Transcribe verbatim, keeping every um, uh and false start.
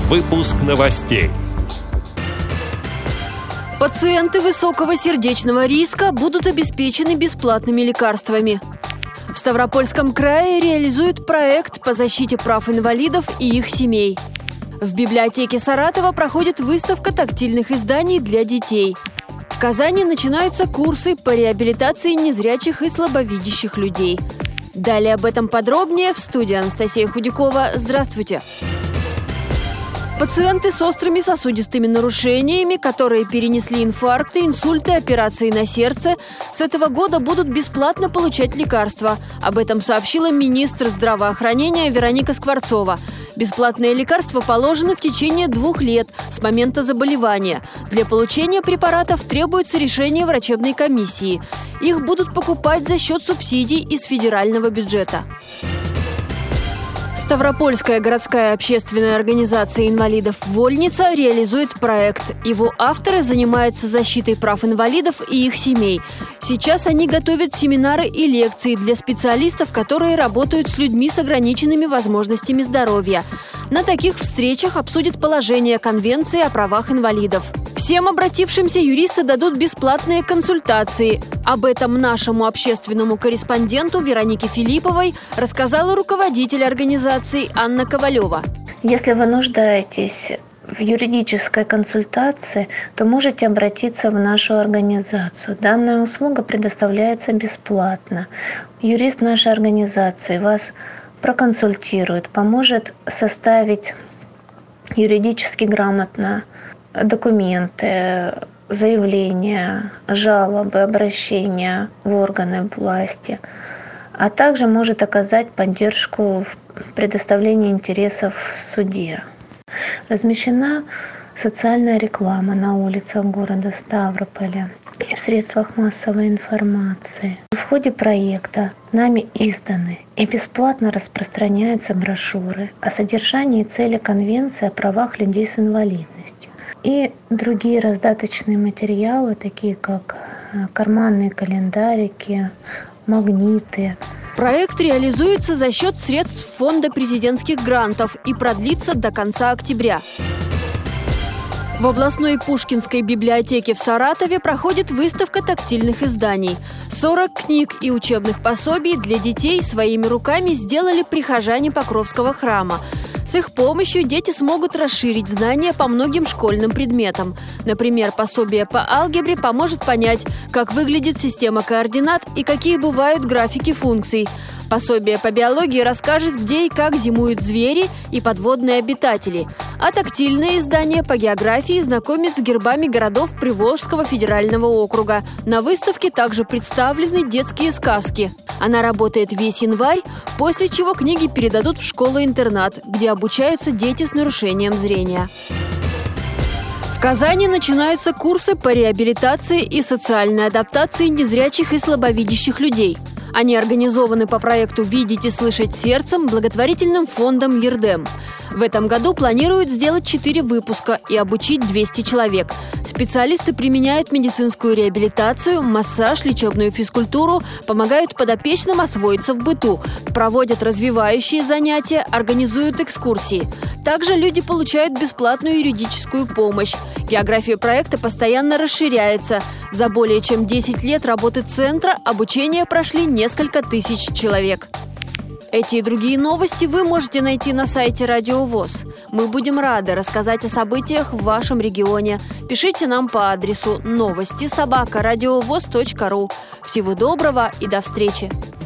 Выпуск новостей. Пациенты высокого сердечного риска будут обеспечены бесплатными лекарствами. В Ставропольском крае реализуют проект по защите прав инвалидов и их семей. В библиотеке Саратова проходит выставка тактильных изданий для детей. В Казани начинаются курсы по реабилитации незрячих и слабовидящих людей. Далее об этом подробнее в студии Анастасия Худякова. Здравствуйте! Пациенты с острыми сосудистыми нарушениями, которые перенесли инфаркты, инсульты, операции на сердце, с этого года будут бесплатно получать лекарства. Об этом сообщила министр здравоохранения Вероника Скворцова. Бесплатные лекарства положены в течение двух лет с момента заболевания. Для получения препаратов требуется решение врачебной комиссии. Их будут покупать за счет субсидий из федерального бюджета. Ставропольская городская общественная организация инвалидов «Вольница» реализует проект. Его авторы занимаются защитой прав инвалидов и их семей. Сейчас они готовят семинары и лекции для специалистов, которые работают с людьми с ограниченными возможностями здоровья. На таких встречах обсудят положение Конвенции о правах инвалидов. Всем обратившимся юристы дадут бесплатные консультации. Об этом нашему общественному корреспонденту Веронике Филипповой рассказала руководитель организации Анна Ковалева. Если вы нуждаетесь в юридической консультации, то можете обратиться в нашу организацию. Данная услуга предоставляется бесплатно. Юрист нашей организации вас проконсультирует, поможет составить юридически грамотно документы, заявления, жалобы, обращения в органы власти, а также может оказать поддержку в предоставлении интересов в суде. Размещена социальная реклама на улицах города Ставрополя и в средствах массовой информации. В ходе проекта нами изданы и бесплатно распространяются брошюры о содержании и цели Конвенции о правах людей с инвалидностью и другие раздаточные материалы, такие как карманные календарики, магниты. Проект реализуется за счет средств Фонда президентских грантов и продлится до конца октября. В областной Пушкинской библиотеке в Саратове проходит выставка тактильных изданий. сорок книг и учебных пособий для детей своими руками сделали прихожане Покровского храма. С их помощью дети смогут расширить знания по многим школьным предметам. Например, пособие по алгебре поможет понять, как выглядит система координат и какие бывают графики функций. Пособие по биологии расскажет, где и как зимуют звери и подводные обитатели. А тактильное издание по географии знакомит с гербами городов Приволжского федерального округа. На выставке также представлены детские сказки. Она работает весь январь, после чего книги передадут в школу-интернат, где обучаются дети с нарушением зрения. В Казани начинаются курсы по реабилитации и социальной адаптации незрячих и слабовидящих людей. Они организованы по проекту «Видеть и слышать сердцем» благотворительным фондом «Ердем». В этом году планируют сделать четыре выпуска и обучить двести человек. Специалисты применяют медицинскую реабилитацию, массаж, лечебную физкультуру, помогают подопечным освоиться в быту, проводят развивающие занятия, организуют экскурсии. Также люди получают бесплатную юридическую помощь. География проекта постоянно расширяется. За более чем десять лет работы центра обучение прошли несколько тысяч человек. Эти и другие новости вы можете найти на сайте Радио ВОС. Мы будем рады рассказать о событиях в вашем регионе. Пишите нам по адресу новости собака радиовос точка ру. Всего доброго и до встречи!